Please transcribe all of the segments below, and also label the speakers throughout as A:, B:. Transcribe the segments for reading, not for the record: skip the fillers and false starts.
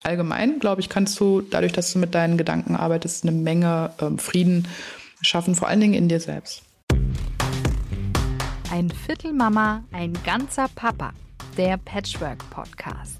A: allgemein, glaube ich, kannst du, dadurch, dass du mit deinen Gedanken arbeitest, eine Menge Frieden schaffen, vor allen Dingen in dir selbst.
B: Ein Viertel Mama, ein ganzer Papa. Der Patchwork-Podcast.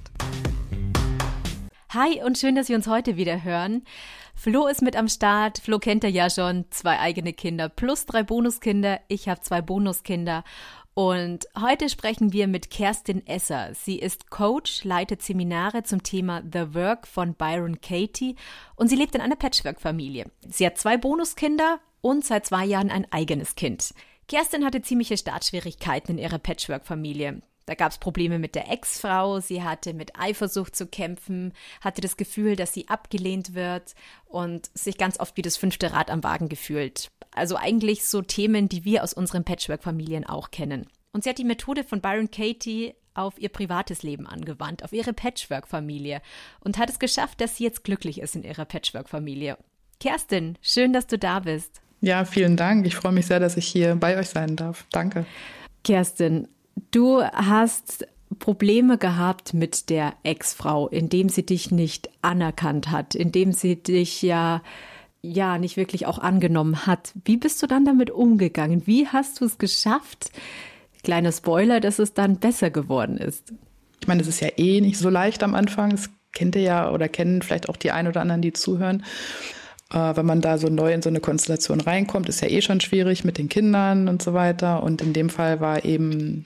B: Hi und schön, dass wir uns heute wieder hören. Flo ist mit am Start. Flo kennt ihr ja schon. 2 eigene Kinder plus 3 Bonuskinder. Ich habe 2 Bonuskinder. Und heute sprechen wir mit Kerstin Esser. Sie ist Coach, leitet Seminare zum Thema The Work von Byron Katie und sie lebt in einer Patchwork-Familie. Sie hat 2 Bonuskinder und seit 2 Jahren ein eigenes Kind. Kerstin hatte ziemliche Startschwierigkeiten in ihrer Patchwork-Familie. Da gab es Probleme mit der Ex-Frau, sie hatte mit Eifersucht zu kämpfen, hatte das Gefühl, dass sie abgelehnt wird und sich ganz oft wie das 5. Rad am Wagen gefühlt. Also eigentlich so Themen, die wir aus unseren Patchwork-Familien auch kennen. Und sie hat die Methode von Byron Katie auf ihr privates Leben angewandt, auf ihre Patchwork-Familie und hat es geschafft, dass sie jetzt glücklich ist in ihrer Patchwork-Familie. Kerstin, schön, dass du da bist.
A: Ja, vielen Dank. Ich freue mich sehr, dass ich hier bei euch sein darf. Danke.
B: Kerstin, du hast Probleme gehabt mit der Ex-Frau, indem sie dich nicht anerkannt hat, indem sie dich ja nicht wirklich auch angenommen hat. Wie bist du dann damit umgegangen? Wie hast du es geschafft? Kleiner Spoiler, dass es dann besser geworden ist.
A: Ich meine, es ist ja nicht so leicht am Anfang. Das kennt ihr ja oder kennen vielleicht auch die ein oder anderen, die zuhören. Wenn man da so neu in so eine Konstellation reinkommt, ist ja schon schwierig mit den Kindern und so weiter. Und in dem Fall war es eben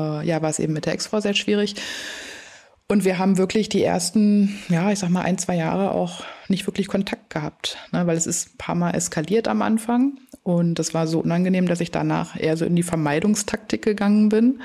A: mit der Ex-Frau sehr schwierig. Und wir haben wirklich die ersten, 1, 2 Jahre auch nicht wirklich Kontakt gehabt, ne? Weil es ist ein paar Mal eskaliert am Anfang. Und das war so unangenehm, dass ich danach eher so in die Vermeidungstaktik gegangen bin.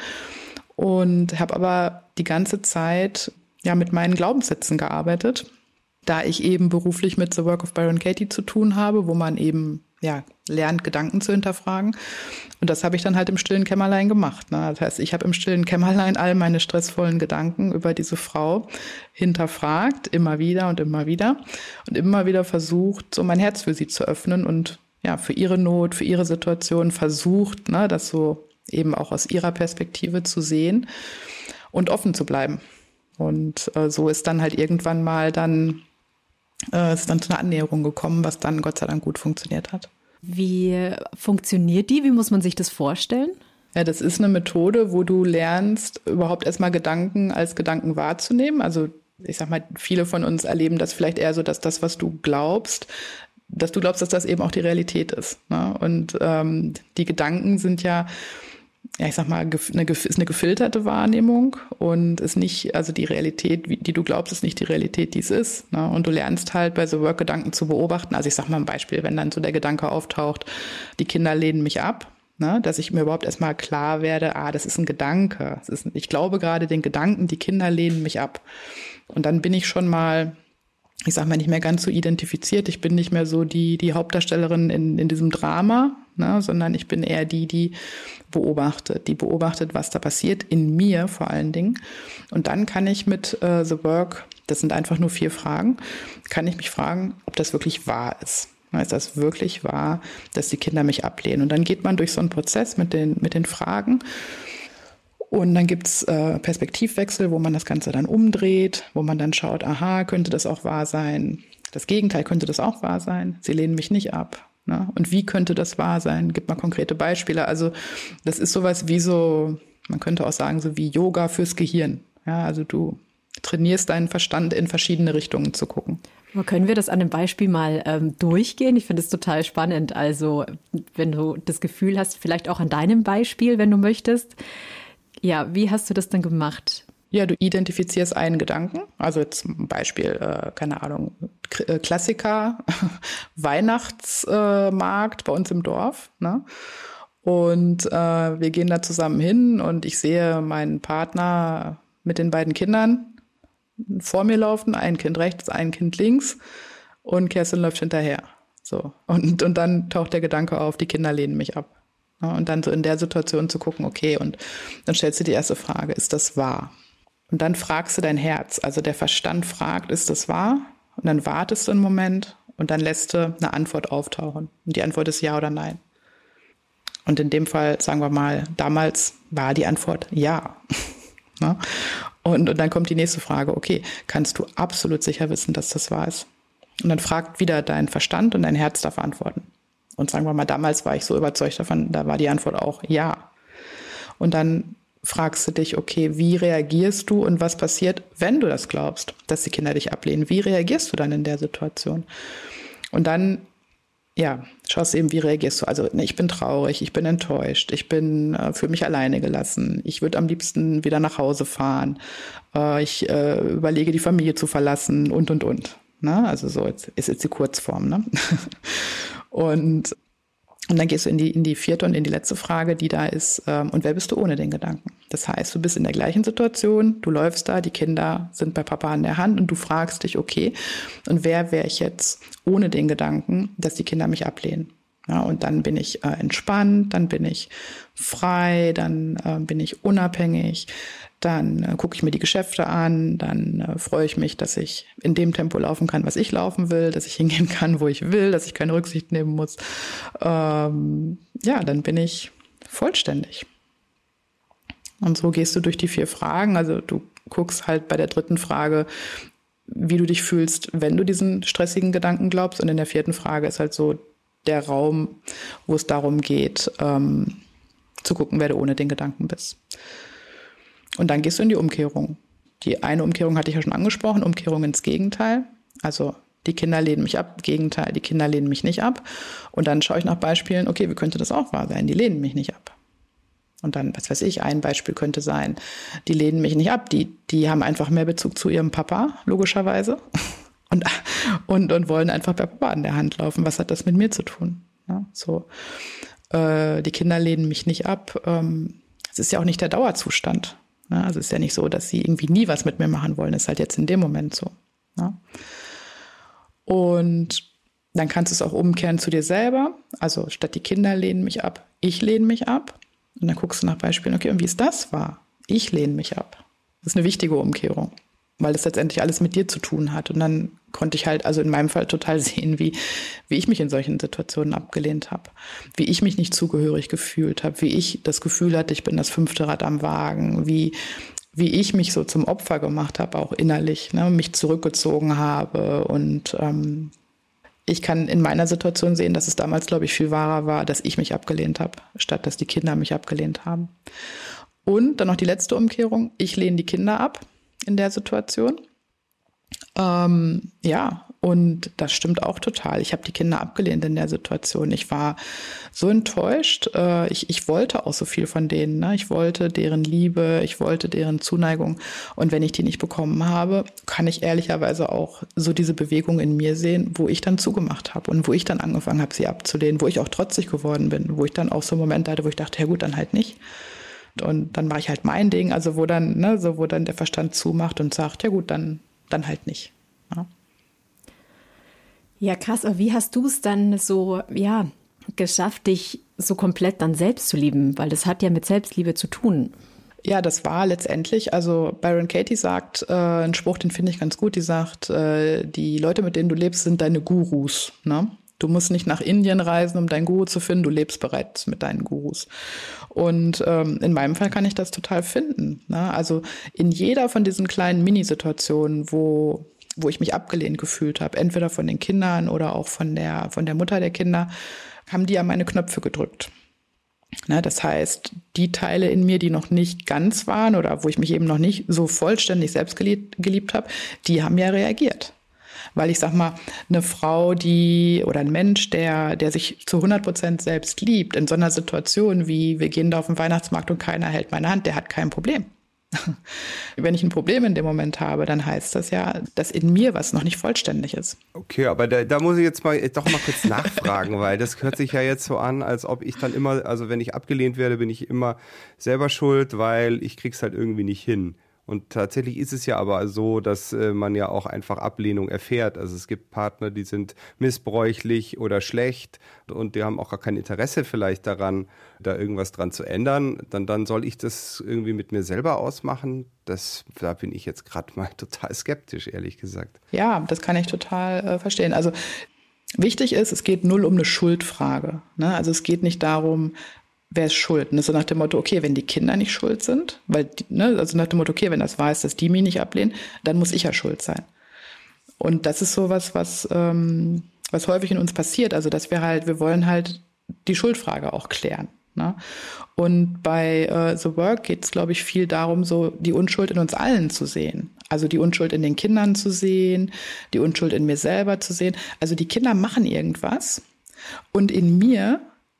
A: Und habe aber die ganze Zeit mit meinen Glaubenssätzen gearbeitet. Da ich eben beruflich mit The Work of Byron Katie zu tun habe, wo man eben lernt, Gedanken zu hinterfragen. Und das habe ich dann halt im stillen Kämmerlein gemacht. Ne? Das heißt, ich habe im stillen Kämmerlein all meine stressvollen Gedanken über diese Frau hinterfragt, immer wieder und immer wieder. Und immer wieder versucht, so mein Herz für sie zu öffnen und für ihre Not, für ihre Situation versucht, ne, das so eben auch aus ihrer Perspektive zu sehen und offen zu bleiben. Und so ist dann halt irgendwann mal ist dann zu einer Annäherung gekommen, was dann Gott sei Dank gut funktioniert hat.
B: Wie funktioniert die? Wie muss man sich das vorstellen?
A: Ja, das ist eine Methode, wo du lernst, überhaupt erstmal Gedanken als Gedanken wahrzunehmen. Also ich sag mal, viele von uns erleben das vielleicht eher so, dass das, was du glaubst, dass das eben auch die Realität ist. Ne? Und die Gedanken sind ist eine gefilterte Wahrnehmung und ist nicht, also die Realität, die du glaubst, ist nicht die Realität, die es ist. Ne? Und du lernst halt bei The Work Gedanken zu beobachten. Also ich sag mal ein Beispiel, wenn dann so der Gedanke auftaucht, die Kinder lehnen mich ab, ne? Dass ich mir überhaupt erstmal klar werde, das ist ein Gedanke. Ich glaube gerade den Gedanken, die Kinder lehnen mich ab. Und dann bin ich schon mal, nicht mehr ganz so identifiziert. Ich bin nicht mehr so die Hauptdarstellerin in diesem Drama, ne, sondern ich bin eher die beobachtet, was da passiert, in mir vor allen Dingen. Und dann kann ich mit The Work, das sind einfach nur 4 Fragen, kann ich mich fragen, ob das wirklich wahr ist. Ist das wirklich wahr, dass die Kinder mich ablehnen? Und dann geht man durch so einen Prozess mit den Fragen. Und dann gibt's Perspektivwechsel, wo man das Ganze dann umdreht, wo man dann schaut, könnte das auch wahr sein? Das Gegenteil könnte das auch wahr sein. Sie lehnen mich nicht ab. Ne? Und wie könnte das wahr sein? Gib mal konkrete Beispiele. Also das ist sowas wie man könnte auch sagen, so wie Yoga fürs Gehirn. Ja, also du trainierst deinen Verstand in verschiedene Richtungen zu gucken.
B: Aber können wir das an einem Beispiel mal durchgehen? Ich finde es total spannend. Also wenn du das Gefühl hast, vielleicht auch an deinem Beispiel, wenn du möchtest. Ja, wie hast du das denn gemacht?
A: Ja, du identifizierst einen Gedanken, also jetzt zum Beispiel, Klassiker, Weihnachtsmarkt bei uns im Dorf, ne? Und wir gehen da zusammen hin und ich sehe meinen Partner mit den beiden Kindern vor mir laufen, ein Kind rechts, ein Kind links und Kerstin läuft hinterher. So. Und dann taucht der Gedanke auf, die Kinder lehnen mich ab. Und dann so in der Situation zu gucken, okay, und dann stellst du die erste Frage, ist das wahr? Und dann fragst du dein Herz, also der Verstand fragt, ist das wahr? Und dann wartest du einen Moment und dann lässt du eine Antwort auftauchen. Und die Antwort ist ja oder nein. Und in dem Fall, sagen wir mal, damals war die Antwort ja. Ne? Und dann kommt die nächste Frage, okay, kannst du absolut sicher wissen, dass das wahr ist? Und dann fragt wieder dein Verstand und dein Herz darf antworten. Und sagen wir mal, damals war ich so überzeugt davon, da war die Antwort auch ja. Und dann fragst du dich, okay, wie reagierst du und was passiert, wenn du das glaubst, dass die Kinder dich ablehnen? Wie reagierst du dann in der Situation? Und dann, ja, schaust du eben, wie reagierst du? Also ich bin traurig, ich bin enttäuscht, ich bin für mich alleine gelassen, ich würde am liebsten wieder nach Hause fahren, ich überlege, die Familie zu verlassen und. Ne? Also so ist jetzt die Kurzform. Ne? Und dann gehst du in die vierte und in die letzte Frage, die da ist, und wer bist du ohne den Gedanken? Das heißt, du bist in der gleichen Situation, du läufst da, die Kinder sind bei Papa an der Hand und du fragst dich, okay, und wer wäre ich jetzt ohne den Gedanken, dass die Kinder mich ablehnen? Ja, und dann bin ich entspannt, dann bin ich frei, dann bin ich unabhängig, dann gucke ich mir die Geschäfte an, dann freue ich mich, dass ich in dem Tempo laufen kann, was ich laufen will, dass ich hingehen kann, wo ich will, dass ich keine Rücksicht nehmen muss. Ja, dann bin ich vollständig. Und so gehst du durch die 4 Fragen. Also du guckst halt bei der 3. Frage, wie du dich fühlst, wenn du diesen stressigen Gedanken glaubst. Und in der 4. Frage ist halt so der Raum, wo es darum geht, zu gucken, wer du ohne den Gedanken bist. Und dann gehst du in die Umkehrung. Die eine Umkehrung hatte ich ja schon angesprochen, Umkehrung ins Gegenteil. Also die Kinder lehnen mich ab, Gegenteil, die Kinder lehnen mich nicht ab. Und dann schaue ich nach Beispielen, okay, wie könnte das auch wahr sein? Die lehnen mich nicht ab. Und dann, was weiß ich, ein Beispiel könnte sein, die lehnen mich nicht ab, die haben einfach mehr Bezug zu ihrem Papa, logischerweise. Und wollen einfach bei Papa an der Hand laufen. Was hat das mit mir zu tun? Ja, so. Die Kinder lehnen mich nicht ab. Es ist ja auch nicht der Dauerzustand. Ja, also es ist ja nicht so, dass sie irgendwie nie was mit mir machen wollen. Das ist halt jetzt in dem Moment so. Ja. Und dann kannst du es auch umkehren zu dir selber. Also statt die Kinder lehnen mich ab, ich lehne mich ab. Und dann guckst du nach Beispielen, okay, und wie ist das wahr? Ich lehne mich ab. Das ist eine wichtige Umkehrung, weil das letztendlich alles mit dir zu tun hat. Und dann konnte ich halt, also in meinem Fall total sehen, wie ich mich in solchen Situationen abgelehnt habe, wie ich mich nicht zugehörig gefühlt habe, wie ich das Gefühl hatte, ich bin das 5. Rad am Wagen, wie ich mich so zum Opfer gemacht habe, auch innerlich, ne, mich zurückgezogen habe. Und ich kann in meiner Situation sehen, dass es damals, glaube ich, viel wahrer war, dass ich mich abgelehnt habe, statt dass die Kinder mich abgelehnt haben. Und dann noch die letzte Umkehrung, ich lehne die Kinder ab in der Situation. Ja, und das stimmt auch total. Ich habe die Kinder abgelehnt in der Situation. Ich war so enttäuscht. Ich wollte auch so viel von denen. Ne? Ich wollte deren Liebe, ich wollte deren Zuneigung. Und wenn ich die nicht bekommen habe, kann ich ehrlicherweise auch so diese Bewegung in mir sehen, wo ich dann zugemacht habe und wo ich dann angefangen habe, sie abzulehnen, wo ich auch trotzig geworden bin, wo ich dann auch so Momente hatte, wo ich dachte, ja gut, dann halt nicht. Und dann mache ich halt mein Ding, also wo dann der Verstand zumacht und sagt, ja gut, dann halt nicht. Ja.
B: Ja, krass, aber wie hast du es dann so, ja, geschafft, dich so komplett dann selbst zu lieben? Weil das hat ja mit Selbstliebe zu tun.
A: Ja, das war letztendlich, also Byron Katie sagt, einen Spruch, den finde ich ganz gut, die sagt, die Leute, mit denen du lebst, sind deine Gurus, ne? Du musst nicht nach Indien reisen, um deinen Guru zu finden, du lebst bereits mit deinen Gurus. Und in meinem Fall kann ich das total finden, ne? Also in jeder von diesen kleinen Minisituationen, wo ich mich abgelehnt gefühlt habe, entweder von den Kindern oder auch von der Mutter der Kinder, haben die ja meine Knöpfe gedrückt. Ne, das heißt, die Teile in mir, die noch nicht ganz waren oder wo ich mich eben noch nicht so vollständig selbst geliebt habe, die haben ja reagiert. Weil ich sag mal, eine Frau, oder ein Mensch, der sich zu 100% selbst liebt, in so einer Situation wie, wir gehen da auf den Weihnachtsmarkt und keiner hält meine Hand, der hat kein Problem. Wenn ich ein Problem in dem Moment habe, dann heißt das ja, dass in mir was noch nicht vollständig ist.
C: Okay, aber da muss ich jetzt doch mal kurz nachfragen, weil das hört sich ja jetzt so an, als ob ich dann immer, also wenn ich abgelehnt werde, bin ich immer selber schuld, weil ich krieg's halt irgendwie nicht hin. Und tatsächlich ist es ja aber so, dass man ja auch einfach Ablehnung erfährt. Also es gibt Partner, die sind missbräuchlich oder schlecht und die haben auch gar kein Interesse vielleicht daran, da irgendwas dran zu ändern. Dann soll ich das irgendwie mit mir selber ausmachen. Da bin ich jetzt gerade mal total skeptisch, ehrlich gesagt.
A: Ja, das kann ich total verstehen. Also wichtig ist, es geht null um eine Schuldfrage. Ne? Also es geht nicht darum, wer ist schuld? Ne? So nach dem Motto, okay, wenn die Kinder nicht schuld sind, weil, also nach dem Motto, okay, wenn das wahr ist, dass die mich nicht ablehnen, dann muss ich ja schuld sein. Und das ist sowas, was häufig in uns passiert. Also, dass wir wollen halt die Schuldfrage auch klären. Ne? Und bei The Work geht es, glaube ich, viel darum, so die Unschuld in uns allen zu sehen. Also die Unschuld in den Kindern zu sehen, die Unschuld in mir selber zu sehen. Also die Kinder machen irgendwas und in mir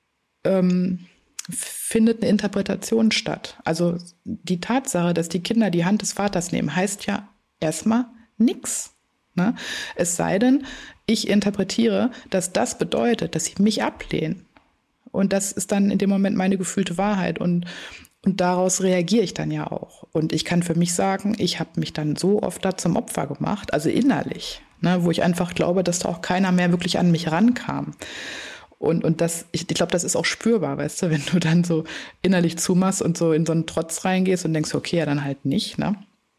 A: findet eine Interpretation statt. Also die Tatsache, dass die Kinder die Hand des Vaters nehmen, heißt ja erstmal nix. Ne? Es sei denn, ich interpretiere, dass das bedeutet, dass sie mich ablehnen. Und das ist dann in dem Moment meine gefühlte Wahrheit. Und daraus reagiere ich dann ja auch. Und ich kann für mich sagen, ich habe mich dann so oft da zum Opfer gemacht, also innerlich, ne, wo ich einfach glaube, dass da auch keiner mehr wirklich an mich rankam. Und das, ich glaube, das ist auch spürbar, weißt du, wenn du dann so innerlich zumachst und so in so einen Trotz reingehst und denkst, okay, ja, dann halt nicht, ne?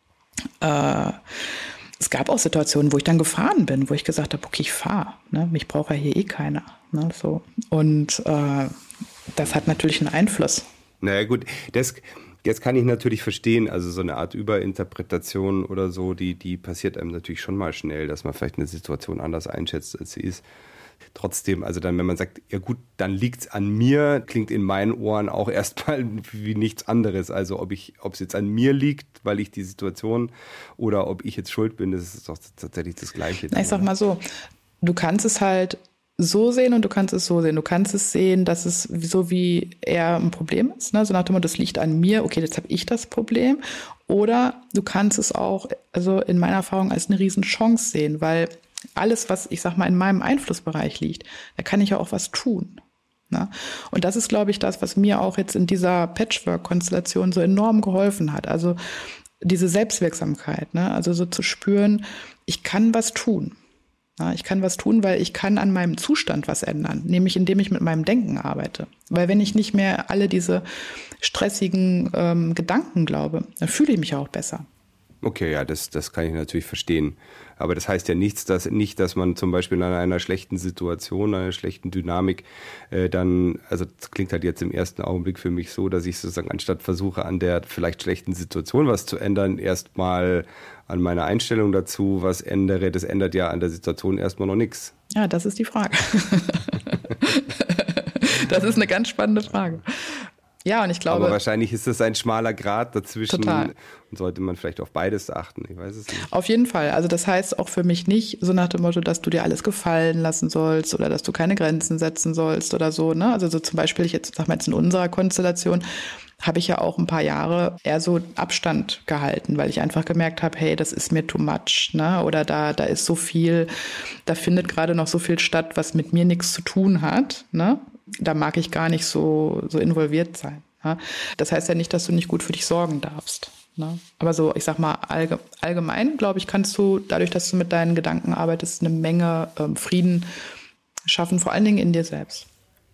A: Es gab auch Situationen, wo ich dann gefahren bin, wo ich gesagt habe, okay, ich fahre, ne? Mich braucht ja hier eh keiner, ne? So. Und das hat natürlich einen Einfluss.
C: Naja gut, jetzt kann ich natürlich verstehen, also so eine Art Überinterpretation oder so, die passiert einem natürlich schon mal schnell, dass man vielleicht eine Situation anders einschätzt, als sie ist. Trotzdem, also dann, wenn man sagt, ja gut, dann liegt's an mir, klingt in meinen Ohren auch erstmal wie nichts anderes. Also ob es jetzt an mir liegt, weil ich die Situation, oder ob ich jetzt schuld bin, das ist doch tatsächlich das Gleiche.
A: Ich sag mal so, du kannst es halt so sehen und du kannst es so sehen. Du kannst es sehen, dass es so wie er ein Problem ist, ne? So nach dem Motto, das liegt an mir, okay, jetzt habe ich das Problem. Oder du kannst es auch, also in meiner Erfahrung, als eine Riesenchance sehen, weil alles, was, ich sag mal, in meinem Einflussbereich liegt, da kann ich ja auch was tun. Ne? Und das ist, glaube ich, das, was mir auch jetzt in dieser Patchwork-Konstellation so enorm geholfen hat. Also diese Selbstwirksamkeit, ne? Also so zu spüren, ich kann was tun. Ja, ich kann was tun, weil ich kann an meinem Zustand was ändern, nämlich indem ich mit meinem Denken arbeite. Weil wenn ich nicht mehr alle diese stressigen Gedanken glaube, dann fühle ich mich auch besser.
C: Okay, ja, das kann ich natürlich verstehen. Aber das heißt ja nicht, dass man zum Beispiel in einer schlechten Situation, einer schlechten Dynamik also das klingt halt jetzt im ersten Augenblick für mich so, dass ich sozusagen anstatt versuche, an der vielleicht schlechten Situation was zu ändern, erstmal an meiner Einstellung dazu was ändere. Das ändert ja an der Situation erstmal noch nichts.
A: Ja, das ist die Frage. Das ist eine ganz spannende Frage. Ja, und ich glaube.
C: Aber wahrscheinlich ist das ein schmaler Grat dazwischen.
A: Total.
C: Und sollte man vielleicht auf beides achten. Ich weiß es nicht.
A: Auf jeden Fall. Also das heißt auch für mich nicht so nach dem Motto, dass du dir alles gefallen lassen sollst oder dass du keine Grenzen setzen sollst oder so. Ne? Also so zum Beispiel, sag mal jetzt in unserer Konstellation, habe ich ja auch ein paar Jahre eher so Abstand gehalten, weil ich einfach gemerkt habe, hey, das ist mir too much, ne? Oder da ist so viel, da findet gerade noch so viel statt, was mit mir nichts zu tun hat, ne? Da mag ich gar nicht so involviert sein. Ne? Das heißt ja nicht, dass du nicht gut für dich sorgen darfst. Ne? Aber so, ich sag mal, allgemein, glaube ich, kannst du, dadurch, dass du mit deinen Gedanken arbeitest, eine Menge Frieden schaffen, vor allen Dingen in dir selbst.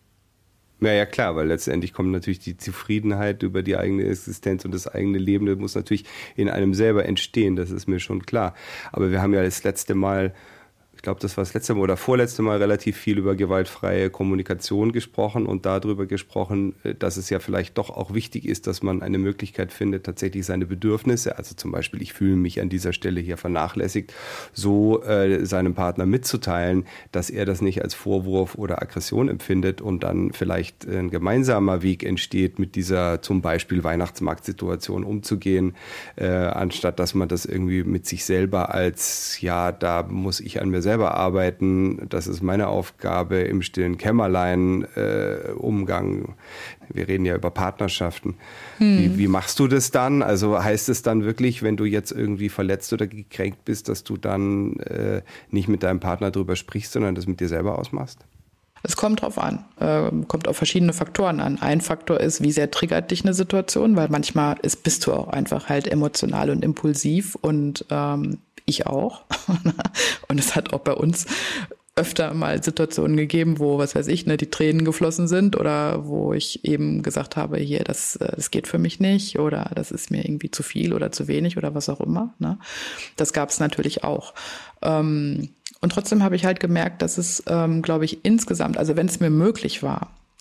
C: Ja, klar, weil letztendlich kommt natürlich die Zufriedenheit über die eigene Existenz und das eigene Leben, das muss natürlich in einem selber entstehen, das ist mir schon klar. Aber wir haben ja das letzte Mal, ich glaube, das war das letzte Mal oder vorletzte Mal relativ viel über gewaltfreie Kommunikation gesprochen und darüber gesprochen, dass es ja vielleicht doch auch wichtig ist, dass man eine Möglichkeit findet, tatsächlich seine Bedürfnisse, also zum Beispiel, ich fühle mich an dieser Stelle hier vernachlässigt, so seinem Partner mitzuteilen, dass er das nicht als Vorwurf oder Aggression empfindet und dann vielleicht ein gemeinsamer Weg entsteht, mit dieser zum Beispiel Weihnachtsmarktsituation umzugehen, anstatt dass man das irgendwie mit sich selber als, ja, da muss ich an mir selber arbeiten, das ist meine Aufgabe im stillen Kämmerlein, Umgang. Wir reden ja über Partnerschaften. Wie machst du das dann? Also heißt es dann wirklich, wenn du jetzt irgendwie verletzt oder gekränkt bist, dass du dann nicht mit deinem Partner drüber sprichst, sondern das mit dir selber ausmachst?
A: Es kommt drauf an, kommt auf verschiedene Faktoren an. Ein Faktor ist, wie sehr triggert dich eine Situation, weil manchmal bist du auch einfach halt emotional und impulsiv und ich auch. Und es hat auch bei uns öfter mal Situationen gegeben, wo, was weiß ich, ne, die Tränen geflossen sind oder wo ich eben gesagt habe, hier, das geht für mich nicht oder das ist mir irgendwie zu viel oder zu wenig oder was auch immer. Ne? Das gab es natürlich auch. Und trotzdem habe ich halt gemerkt, dass es, glaube ich, insgesamt, also wenn es mir möglich war,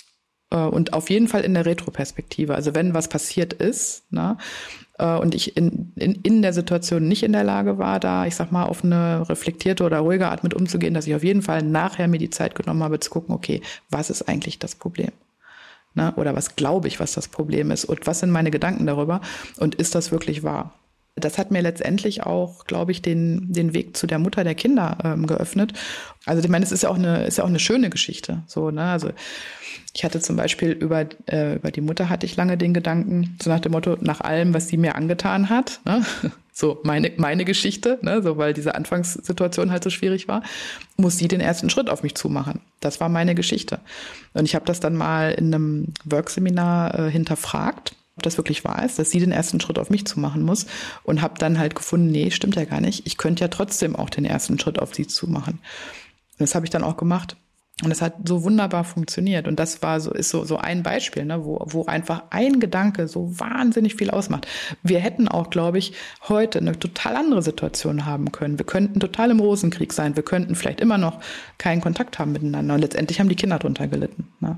A: Und auf jeden Fall in der Retroperspektive. Also wenn was passiert ist, ne, und ich in der Situation nicht in der Lage war, da, ich sag mal, auf eine reflektierte oder ruhige Art mit umzugehen, dass ich auf jeden Fall nachher mir die Zeit genommen habe, zu gucken, okay, was ist eigentlich das Problem? Ne? Oder was glaube ich, was das Problem ist? Und was sind meine Gedanken darüber? Und ist das wirklich wahr? Das hat mir letztendlich auch, glaube ich, den Weg zu der Mutter der Kinder geöffnet. Also ich meine, es ist ja auch eine schöne Geschichte. So, ne? Also ich hatte zum Beispiel über die Mutter hatte ich lange den Gedanken, so nach dem Motto, nach allem, was sie mir angetan hat, ne? So meine Geschichte, ne? So, weil diese Anfangssituation halt so schwierig war, muss sie den ersten Schritt auf mich zumachen. Das war meine Geschichte. Und ich habe das dann mal in einem Workseminar hinterfragt, ob das wirklich wahr ist, dass sie den ersten Schritt auf mich zu machen muss, und habe dann halt gefunden, nee, stimmt ja gar nicht. Ich könnte ja trotzdem auch den ersten Schritt auf sie zu machen. Und das habe ich dann auch gemacht. Und es hat so wunderbar funktioniert. Und das ist so ein Beispiel, ne, wo einfach ein Gedanke so wahnsinnig viel ausmacht. Wir hätten auch, glaube ich, heute eine total andere Situation haben können. Wir könnten total im Rosenkrieg sein. Wir könnten vielleicht immer noch keinen Kontakt haben miteinander. Und letztendlich haben die Kinder drunter gelitten, ne?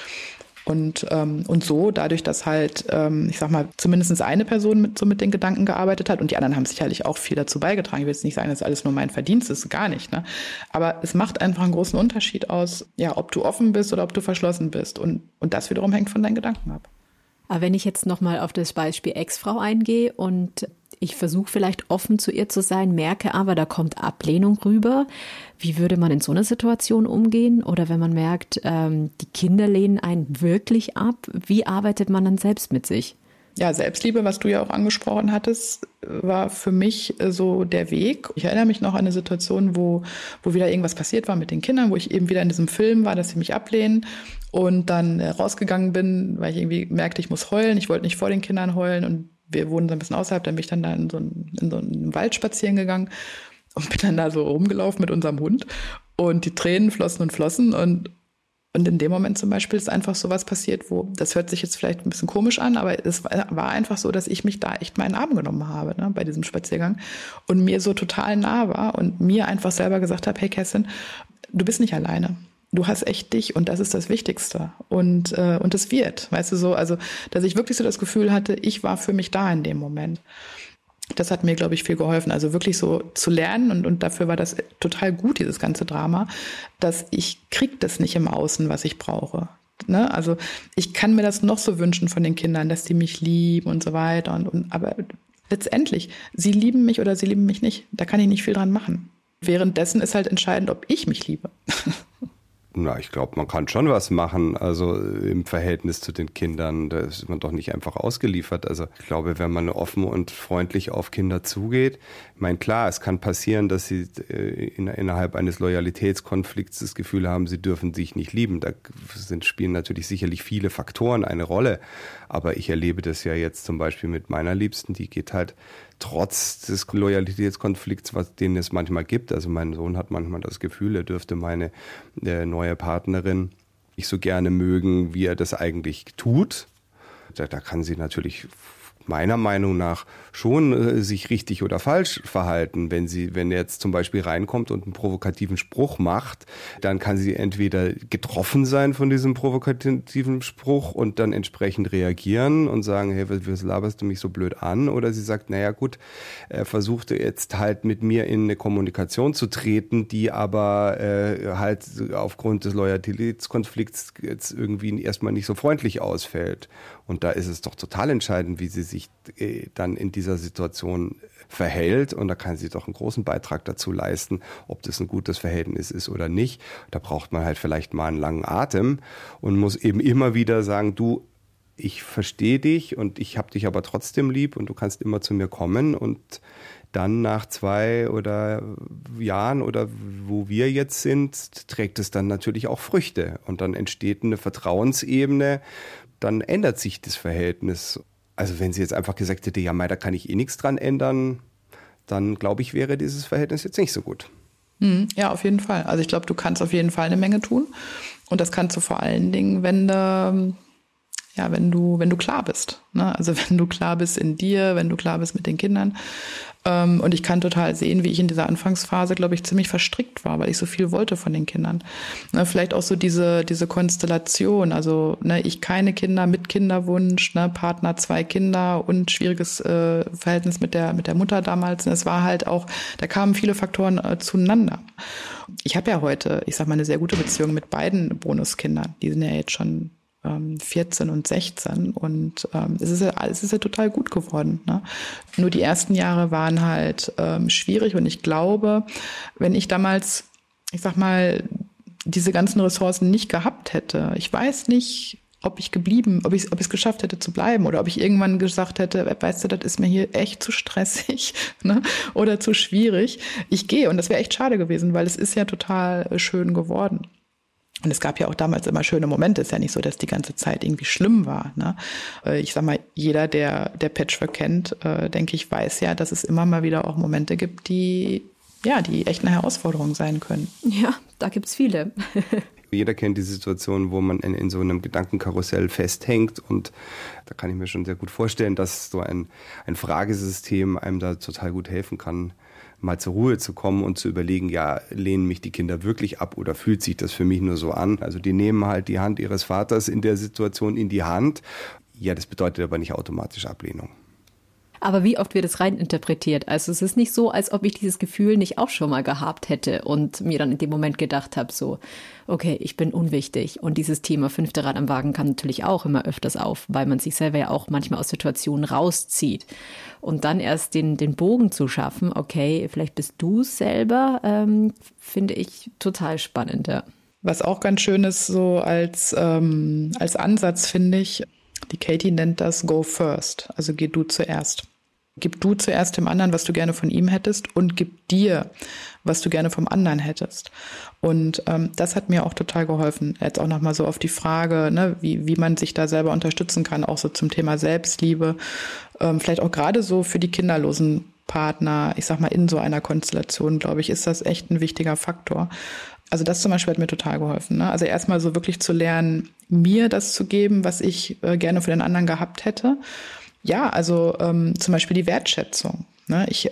A: Und so, dadurch, dass halt, ich sag mal, zumindest eine Person mit den Gedanken gearbeitet hat, und die anderen haben sicherlich auch viel dazu beigetragen. Ich will jetzt nicht sagen, dass alles nur mein Verdienst ist, gar nicht, ne? Aber es macht einfach einen großen Unterschied aus, ja, ob du offen bist oder ob du verschlossen bist. Und das wiederum hängt von deinen Gedanken ab.
B: Aber wenn ich jetzt nochmal auf das Beispiel Ex-Frau eingehe und ich versuche vielleicht offen zu ihr zu sein, merke aber, da kommt Ablehnung rüber. Wie würde man in so einer Situation umgehen? Oder wenn man merkt, die Kinder lehnen einen wirklich ab, wie arbeitet man dann selbst mit sich?
A: Ja, Selbstliebe, was du ja auch angesprochen hattest, war für mich so der Weg. Ich erinnere mich noch an eine Situation, wo wieder irgendwas passiert war mit den Kindern, wo ich eben wieder in diesem Film war, dass sie mich ablehnen, und dann rausgegangen bin, weil ich irgendwie merkte, ich muss heulen. Ich wollte nicht vor den Kindern heulen, und wir wohnen so ein bisschen außerhalb, dann bin ich dann da in so einen Wald spazieren gegangen und bin dann da so rumgelaufen mit unserem Hund, und die Tränen flossen und flossen, und in dem Moment zum Beispiel ist einfach so was passiert, das hört sich jetzt vielleicht ein bisschen komisch an, aber es war einfach so, dass ich mich da echt mal in den Arm genommen habe, ne, bei diesem Spaziergang, und mir so total nah war und mir einfach selber gesagt habe, hey Kerstin, du bist nicht alleine. Du hast echt dich, und das ist das Wichtigste. Und es wird, weißt du, so, also, dass ich wirklich so das Gefühl hatte, ich war für mich da in dem Moment. Das hat mir, glaube ich, viel geholfen. Also wirklich so zu lernen, und dafür war das total gut, dieses ganze Drama, dass ich krieg das nicht im Außen, was ich brauche. Ne? Also ich kann mir das noch so wünschen von den Kindern, dass die mich lieben und so weiter. Aber letztendlich, sie lieben mich oder sie lieben mich nicht. Da kann ich nicht viel dran machen. Währenddessen ist halt entscheidend, ob ich mich liebe.
C: Na, ich glaube, man kann schon was machen, also im Verhältnis zu den Kindern, da ist man doch nicht einfach ausgeliefert. Also ich glaube, wenn man offen und freundlich auf Kinder zugeht, ich meine, klar, es kann passieren, dass sie innerhalb eines Loyalitätskonflikts das Gefühl haben, sie dürfen sich nicht lieben. Da spielen natürlich sicherlich viele Faktoren eine Rolle, aber ich erlebe das ja jetzt zum Beispiel mit meiner Liebsten, die geht halt trotz des Loyalitätskonflikts, den es manchmal gibt. Also mein Sohn hat manchmal das Gefühl, er dürfte meine neue Partnerin nicht so gerne mögen, wie er das eigentlich tut. Da kann sie natürlich meiner Meinung nach schon sich richtig oder falsch verhalten. Wenn er jetzt zum Beispiel reinkommt und einen provokativen Spruch macht, dann kann sie entweder getroffen sein von diesem provokativen Spruch und dann entsprechend reagieren und sagen, hey, was laberst du mich so blöd an? Oder sie sagt, naja gut, er versuchte jetzt halt mit mir in eine Kommunikation zu treten, die aber halt aufgrund des Loyalitätskonflikts jetzt irgendwie erstmal nicht so freundlich ausfällt. Und da ist es doch total entscheidend, wie sie sich dann in dieser Situation verhält. Und da kann sie doch einen großen Beitrag dazu leisten, ob das ein gutes Verhältnis ist oder nicht. Da braucht man halt vielleicht mal einen langen Atem und muss eben immer wieder sagen, du, ich verstehe dich und ich habe dich aber trotzdem lieb und du kannst immer zu mir kommen. Und dann nach 2 oder Jahren oder wo wir jetzt sind, trägt es dann natürlich auch Früchte. Und dann entsteht eine Vertrauensebene, dann ändert sich das Verhältnis. Also wenn sie jetzt einfach gesagt hätte, ja, da kann ich eh nichts dran ändern, dann glaube ich, wäre dieses Verhältnis jetzt nicht so gut.
A: Ja, auf jeden Fall. Also ich glaube, du kannst auf jeden Fall eine Menge tun. Und das kannst du vor allen Dingen, wenn du klar bist. Ne? Also wenn du klar bist in dir, wenn du klar bist mit den Kindern. Und ich kann total sehen, wie ich in dieser Anfangsphase, glaube ich, ziemlich verstrickt war, weil ich so viel wollte von den Kindern. Ne, vielleicht auch so diese Konstellation, also ich keine Kinder mit Kinderwunsch, Partner 2 Kinder und schwieriges Verhältnis mit der Mutter damals. Es war halt auch, da kamen viele Faktoren zueinander. Ich habe ja heute, ich sag mal, eine sehr gute Beziehung mit beiden Bonuskindern. Die sind ja jetzt schon 14 und 16 und es ist ja total gut geworden. Ne? Nur die ersten Jahre waren halt schwierig und ich glaube, wenn ich damals, ich sag mal, diese ganzen Ressourcen nicht gehabt hätte, ich weiß nicht, ob ich es geschafft hätte zu bleiben oder ob ich irgendwann gesagt hätte, weißt du, das ist mir hier echt zu stressig, ne? Oder zu schwierig. Ich gehe und das wäre echt schade gewesen, weil es ist ja total schön geworden. Und es gab ja auch damals immer schöne Momente. Es ist ja nicht so, dass die ganze Zeit irgendwie schlimm war. Ne? Ich sag mal, jeder, der Patchwork kennt, denke ich, weiß ja, dass es immer mal wieder auch Momente gibt, die echt eine Herausforderung sein können.
B: Ja, da gibt's viele.
C: Jeder kennt die Situation, wo man in so einem Gedankenkarussell festhängt und da kann ich mir schon sehr gut vorstellen, dass so ein Fragesystem einem da total gut helfen kann, mal zur Ruhe zu kommen und zu überlegen, ja, lehnen mich die Kinder wirklich ab oder fühlt sich das für mich nur so an? Also die nehmen halt die Hand ihres Vaters in der Situation in die Hand. Ja, das bedeutet aber nicht automatisch Ablehnung.
B: Aber wie oft wird es reininterpretiert? Also es ist nicht so, als ob ich dieses Gefühl nicht auch schon mal gehabt hätte und mir dann in dem Moment gedacht habe, so, okay, ich bin unwichtig. Und dieses Thema 5. Rad am Wagen kam natürlich auch immer öfters auf, weil man sich selber ja auch manchmal aus Situationen rauszieht. Und dann erst den Bogen zu schaffen, okay, vielleicht bist du es selber, finde ich total spannend, ja.
A: Was auch ganz schön ist, so als Ansatz, finde ich, die Katie nennt das Go First, also geh du zuerst. Gib du zuerst dem anderen, was du gerne von ihm hättest und gib dir, was du gerne vom anderen hättest. Und das hat mir auch total geholfen. Jetzt auch nochmal so auf die Frage, ne, wie man sich da selber unterstützen kann, auch so zum Thema Selbstliebe. Vielleicht auch gerade so für die kinderlosen Partner, ich sag mal in so einer Konstellation, glaube ich, ist das echt ein wichtiger Faktor. Also das zum Beispiel hat mir total geholfen. Ne? Also erstmal so wirklich zu lernen, mir das zu geben, was ich gerne für den anderen gehabt hätte. Ja, also zum Beispiel die Wertschätzung. Ne? Ich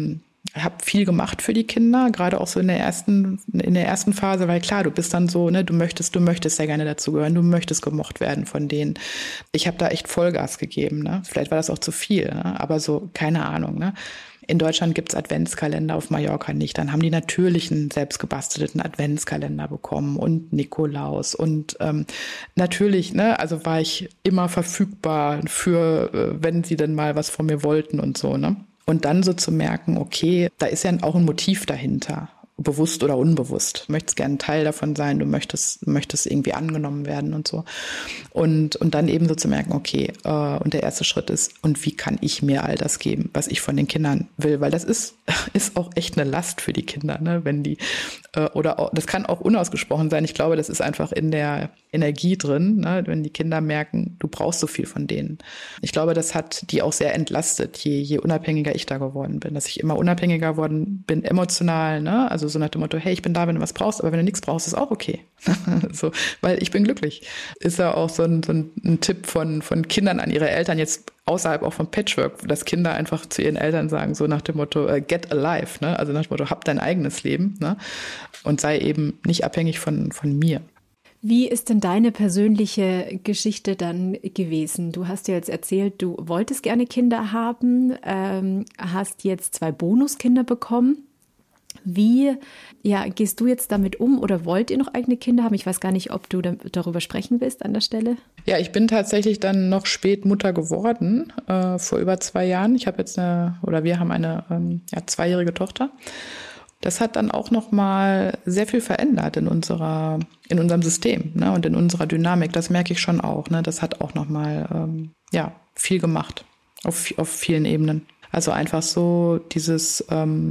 A: habe viel gemacht für die Kinder, gerade auch so in der ersten Phase, weil klar, du bist dann so, ne, du möchtest ja gerne dazugehören, du möchtest gemocht werden von denen. Ich habe da echt Vollgas gegeben. Ne? Vielleicht war das auch zu viel, ne? Aber so, keine Ahnung. Ne? In Deutschland gibt's Adventskalender, auf Mallorca nicht. Dann haben die natürlich einen selbstgebastelten Adventskalender bekommen und Nikolaus. Und natürlich, ne, also war ich immer verfügbar für, wenn sie denn mal was von mir wollten und so, ne? Und dann so zu merken, okay, da ist ja auch ein Motiv dahinter. Bewusst oder unbewusst. Du möchtest gerne ein Teil davon sein, du möchtest irgendwie angenommen werden und so. Und dann eben so zu merken, okay, und der erste Schritt ist, und wie kann ich mir all das geben, was ich von den Kindern will? Weil das ist auch echt eine Last für die Kinder, ne? Wenn die, oder auch, das kann auch unausgesprochen sein. Ich glaube, das ist einfach in der Energie drin, ne? Wenn die Kinder merken, du brauchst so viel von denen. Ich glaube, das hat die auch sehr entlastet, je unabhängiger ich da geworden bin, dass ich immer unabhängiger geworden bin, emotional, ne? Also so nach dem Motto, hey, ich bin da, wenn du was brauchst, aber wenn du nichts brauchst, ist auch okay. So, weil ich bin glücklich. Ist ja auch so ein Tipp von Kindern an ihre Eltern, jetzt außerhalb auch von Patchwork, dass Kinder einfach zu ihren Eltern sagen, so nach dem Motto, get alive, ne? Also nach dem Motto, hab dein eigenes Leben, ne? Und sei eben nicht abhängig von mir.
B: Wie ist denn deine persönliche Geschichte dann gewesen? Du hast ja jetzt erzählt, du wolltest gerne Kinder haben, hast jetzt 2 Bonuskinder bekommen. Wie gehst du jetzt damit um oder wollt ihr noch eigene Kinder haben? Ich weiß gar nicht, ob du darüber sprechen willst an der Stelle.
A: Ja, ich bin tatsächlich dann noch spät Mutter geworden, vor über 2 Jahren. Wir haben eine 2-jährige Tochter. Das hat dann auch noch mal sehr viel verändert in unserem System, ne, und in unserer Dynamik. Das merke ich schon auch. Ne? Das hat auch noch mal viel gemacht auf vielen Ebenen. Also einfach so dieses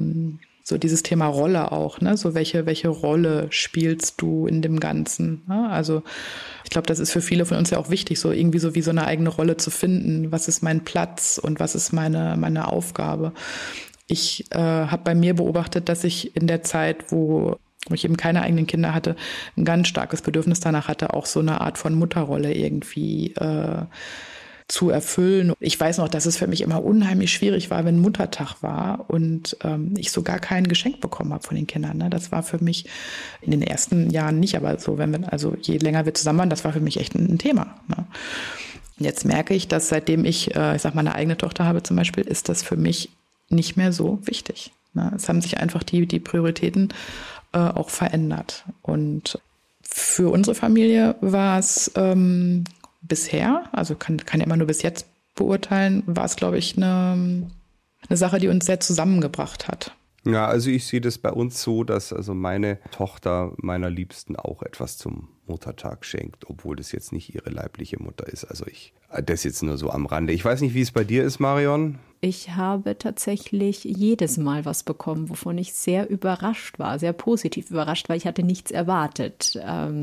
A: Thema Rolle auch, ne? So welche Rolle spielst du in dem Ganzen? Ne? Also ich glaube, das ist für viele von uns ja auch wichtig, so irgendwie so wie so eine eigene Rolle zu finden. Was ist mein Platz und was ist meine Aufgabe? Ich habe bei mir beobachtet, dass ich in der Zeit, wo ich eben keine eigenen Kinder hatte, ein ganz starkes Bedürfnis danach hatte, auch so eine Art von Mutterrolle irgendwie zu erfüllen. Ich weiß noch, dass es für mich immer unheimlich schwierig war, wenn Muttertag war und ich so gar kein Geschenk bekommen habe von den Kindern. Ne? Das war für mich in den ersten Jahren nicht, aber so, also je länger wir zusammen waren, das war für mich echt ein Thema. Ne? Jetzt merke ich, dass seitdem ich sag mal, eine eigene Tochter habe zum Beispiel, ist das für mich nicht mehr so wichtig. Ne? Es haben sich einfach die Prioritäten auch verändert. Und für unsere Familie war es bisher, also kann ja immer nur bis jetzt beurteilen, war es, glaube ich, eine Sache, die uns sehr zusammengebracht hat.
C: Ja, also ich sehe das bei uns so, dass also meine Tochter meiner Liebsten auch etwas zum Muttertag schenkt, obwohl das jetzt nicht ihre leibliche Mutter ist. Also das jetzt nur so am Rande. Ich weiß nicht, wie es bei dir ist, Marion.
B: Ich habe tatsächlich jedes Mal was bekommen, wovon ich sehr überrascht war, sehr positiv überrascht, weil ich hatte nichts erwartet.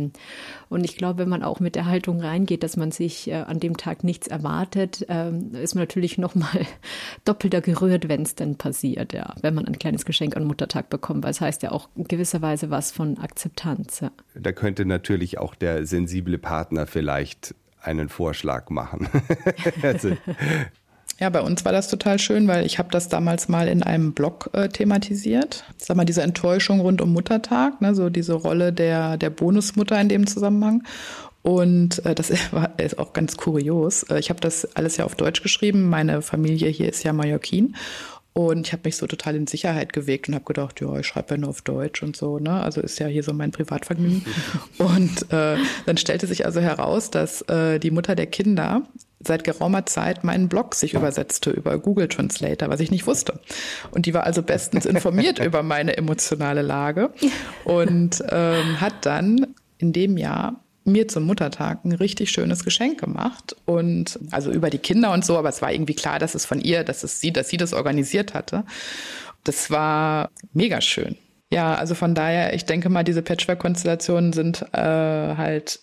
B: Und ich glaube, wenn man auch mit der Haltung reingeht, dass man sich an dem Tag nichts erwartet, ist man natürlich nochmal doppelter gerührt, wenn es dann passiert, ja, wenn man ein kleines Geschenk an Muttertag bekommt, weil es heißt ja auch in gewisser Weise was von Akzeptanz. Ja.
C: Da könnte natürlich auch der sensible Partner vielleicht einen Vorschlag machen. Also,
A: ja, bei uns war das total schön, weil ich habe das damals mal in einem Blog thematisiert. Sag mal, diese Enttäuschung rund um Muttertag, ne, so diese Rolle der Bonusmutter in dem Zusammenhang. Und das ist auch ganz kurios. Ich habe das alles ja auf Deutsch geschrieben. Meine Familie hier ist ja Mallorquin. Und ich habe mich so total in Sicherheit gewegt und habe gedacht, ja, ich schreibe ja nur auf Deutsch und so, ne? Also ist ja hier so mein Privatvergnügen. Und dann stellte sich also heraus, dass die Mutter der Kinder seit geraumer Zeit meinen Blog sich übersetzte über Google Translator, was ich nicht wusste. Und die war also bestens informiert über meine emotionale Lage und hat dann in dem Jahr mir zum Muttertag ein richtig schönes Geschenk gemacht und also über die Kinder und so, aber es war irgendwie klar, dass es von ihr, dass sie das organisiert hatte. Das war mega schön. Ja, also von daher, ich denke mal, diese Patchwork-Konstellationen sind halt,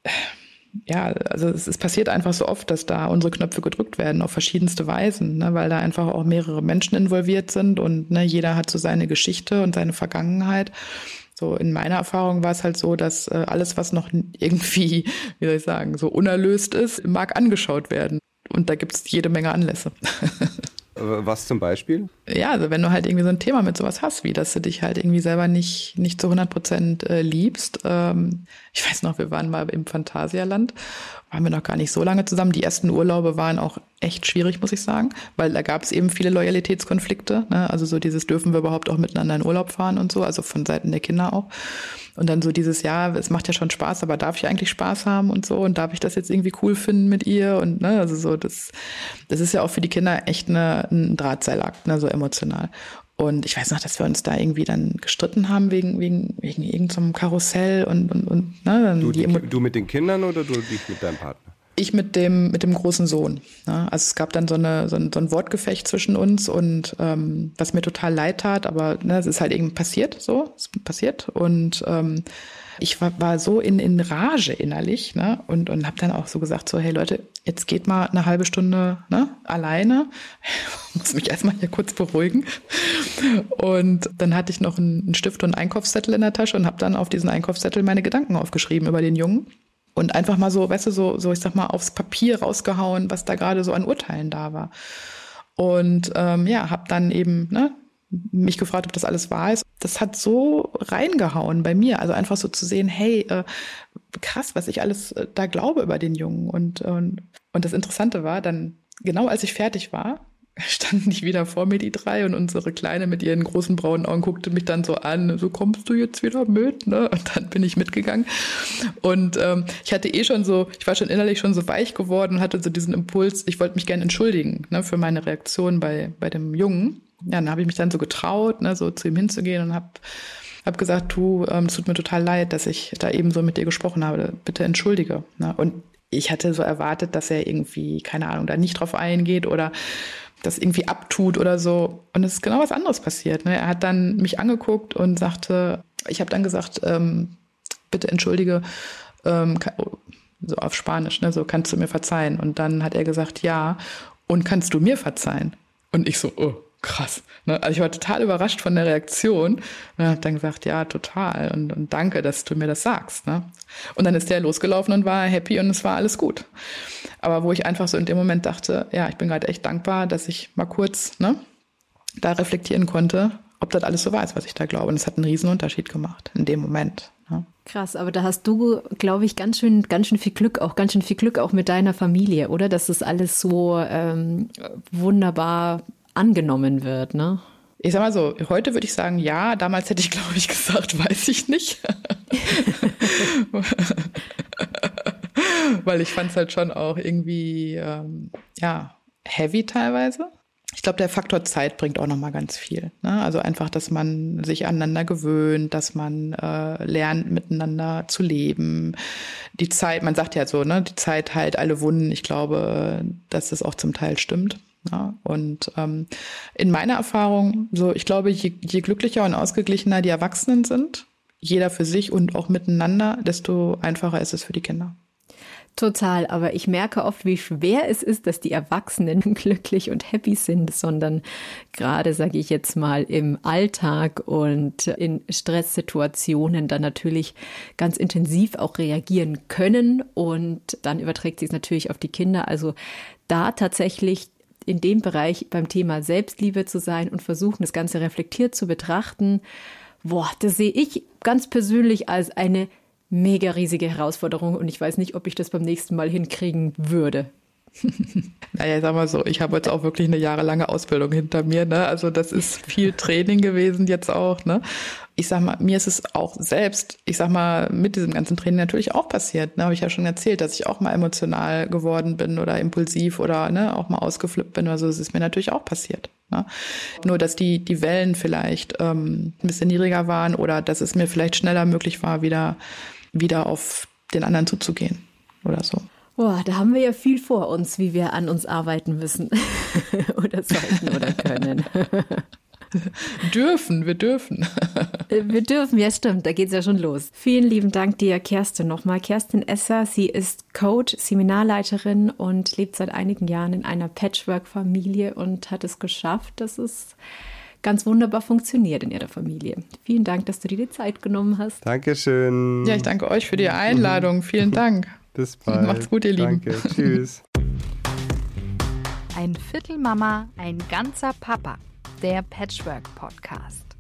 A: ja, also es passiert einfach so oft, dass da unsere Knöpfe gedrückt werden auf verschiedenste Weisen, ne, weil da einfach auch mehrere Menschen involviert sind und ne, jeder hat so seine Geschichte und seine Vergangenheit. So in meiner Erfahrung war es halt so, dass alles, was noch irgendwie, wie soll ich sagen, so unerlöst ist, mag angeschaut werden. Und da gibt es jede Menge Anlässe.
C: Was zum Beispiel?
A: Ja, also wenn du halt irgendwie so ein Thema mit sowas hast, wie dass du dich halt irgendwie selber nicht zu 100% liebst. Ich weiß noch, wir waren mal im Phantasialand, waren wir noch gar nicht so lange zusammen. Die ersten Urlaube waren auch echt schwierig, muss ich sagen, weil da gab es eben viele Loyalitätskonflikte. Ne? Also so dieses, dürfen wir überhaupt auch miteinander in Urlaub fahren und so, also von Seiten der Kinder auch. Und dann so dieses, ja, es macht ja schon Spaß, aber darf ich eigentlich Spaß haben und so? Und darf ich das jetzt irgendwie cool finden mit ihr? Und ne, also so, das ist ja auch für die Kinder echt ein Drahtseilakt, ne, so emotional. Und ich weiß noch, dass wir uns da irgendwie dann gestritten haben wegen irgendeinem Karussell und ne.
C: Du mit den Kindern oder du dich mit deinem Partner?
A: Ich mit dem großen Sohn. Ne? Also es gab dann so ein Wortgefecht zwischen uns und was mir total leid tat, aber ne, es ist halt eben passiert, so, es ist passiert und ich war so in Rage innerlich, ne, und habe dann auch so gesagt, so, hey Leute, jetzt geht mal eine halbe Stunde, ne, alleine. Ich muss mich erstmal hier kurz beruhigen. Und dann hatte ich noch einen Stift und einen Einkaufszettel in der Tasche und habe dann auf diesen Einkaufszettel meine Gedanken aufgeschrieben über den Jungen. Und einfach mal so, weißt du, so ich sag mal, aufs Papier rausgehauen, was da gerade so an Urteilen da war. Und ja, habe dann eben mich gefragt, ob das alles wahr ist. Das hat so reingehauen bei mir. Also einfach so zu sehen, hey, krass, was ich alles da glaube über den Jungen. Und das Interessante war, dann genau als ich fertig war, standen die wieder vor mir, die drei, und unsere Kleine mit ihren großen braunen Augen guckte mich dann so an, so, kommst du jetzt wieder mit, ne? Und dann bin ich mitgegangen. Und ich hatte ich war schon innerlich schon so weich geworden und hatte so diesen Impuls, ich wollte mich gerne entschuldigen, ne, für meine Reaktion bei dem Jungen. Ja, dann habe ich mich dann so getraut, ne, so zu ihm hinzugehen und hab gesagt, du, es tut mir total leid, dass ich da eben so mit dir gesprochen habe, bitte entschuldige. Ne? Und ich hatte so erwartet, dass er irgendwie, keine Ahnung, da nicht drauf eingeht oder das irgendwie abtut oder so. Und es ist genau was anderes passiert. Ne? Er hat dann mich angeguckt und sagte, ich habe dann gesagt, bitte entschuldige, so auf Spanisch, ne? So, kannst du mir verzeihen? Und dann hat er gesagt, ja, und kannst du mir verzeihen? Und ich so, oh, krass. Ne? Also ich war total überrascht von der Reaktion und habe dann gesagt, ja, total und danke, dass du mir das sagst. Ne? Und dann ist der losgelaufen und war happy und es war alles gut. Aber wo ich einfach so in dem Moment dachte, ja, ich bin gerade echt dankbar, dass ich mal kurz da reflektieren konnte, ob das alles so wahr ist, was ich da glaube. Und es hat einen riesen Unterschied gemacht in dem Moment. Ne?
B: Krass, aber da hast du, glaube ich, ganz schön viel Glück auch mit deiner Familie, oder? Dass das alles so wunderbar angenommen wird, ne?
A: Ich sag mal so, heute würde ich sagen, ja, damals hätte ich, glaube ich, gesagt, weiß ich nicht. Weil ich fand es halt schon auch irgendwie, heavy teilweise. Ich glaube, der Faktor Zeit bringt auch nochmal ganz viel. Ne? Also einfach, dass man sich aneinander gewöhnt, dass man lernt, miteinander zu leben. Die Zeit, man sagt ja so, ne, die Zeit heilt alle Wunden. Ich glaube, dass das auch zum Teil stimmt. Ja? Und in meiner Erfahrung, so, ich glaube, je glücklicher und ausgeglichener die Erwachsenen sind, jeder für sich und auch miteinander, desto einfacher ist es für die Kinder.
B: Total, aber ich merke oft, wie schwer es ist, dass die Erwachsenen glücklich und happy sind, sondern gerade, sage ich jetzt mal, im Alltag und in Stresssituationen dann natürlich ganz intensiv auch reagieren können und dann überträgt sich es natürlich auf die Kinder. Also da tatsächlich in dem Bereich beim Thema Selbstliebe zu sein und versuchen, das Ganze reflektiert zu betrachten, das sehe ich ganz persönlich als eine mega riesige Herausforderung und ich weiß nicht, ob ich das beim nächsten Mal hinkriegen würde.
A: Naja, sag mal so, ich habe jetzt auch wirklich eine jahrelange Ausbildung hinter mir, ne? Also das ist viel Training gewesen jetzt auch, ne? Ich sag mal, mir ist es auch selbst, ich sag mal, mit diesem ganzen Training natürlich auch passiert, ne? Habe ich ja schon erzählt, dass ich auch mal emotional geworden bin oder impulsiv oder ne, auch mal ausgeflippt bin. Also es ist mir natürlich auch passiert. Ne? Nur, dass die Wellen vielleicht ein bisschen niedriger waren oder dass es mir vielleicht schneller möglich war, wieder auf den anderen zuzugehen oder so.
B: Da haben wir ja viel vor uns, wie wir an uns arbeiten müssen oder sollten oder können.
A: Wir dürfen.
B: Wir dürfen, ja stimmt, da geht's ja schon los. Vielen lieben Dank dir, Kerstin, nochmal. Kerstin Esser, sie ist Coach, Seminarleiterin und lebt seit einigen Jahren in einer Patchwork-Familie und hat es geschafft, dass es ganz wunderbar funktioniert in ihrer Familie. Vielen Dank, dass du dir die Zeit genommen hast.
C: Dankeschön.
A: Ja, ich danke euch für die Einladung. Vielen Dank.
C: Bis bald.
A: Macht's gut, ihr Lieben.
C: Danke. Tschüss.
D: Ein Viertel Mama, ein ganzer Papa. Der Patchwork-Podcast.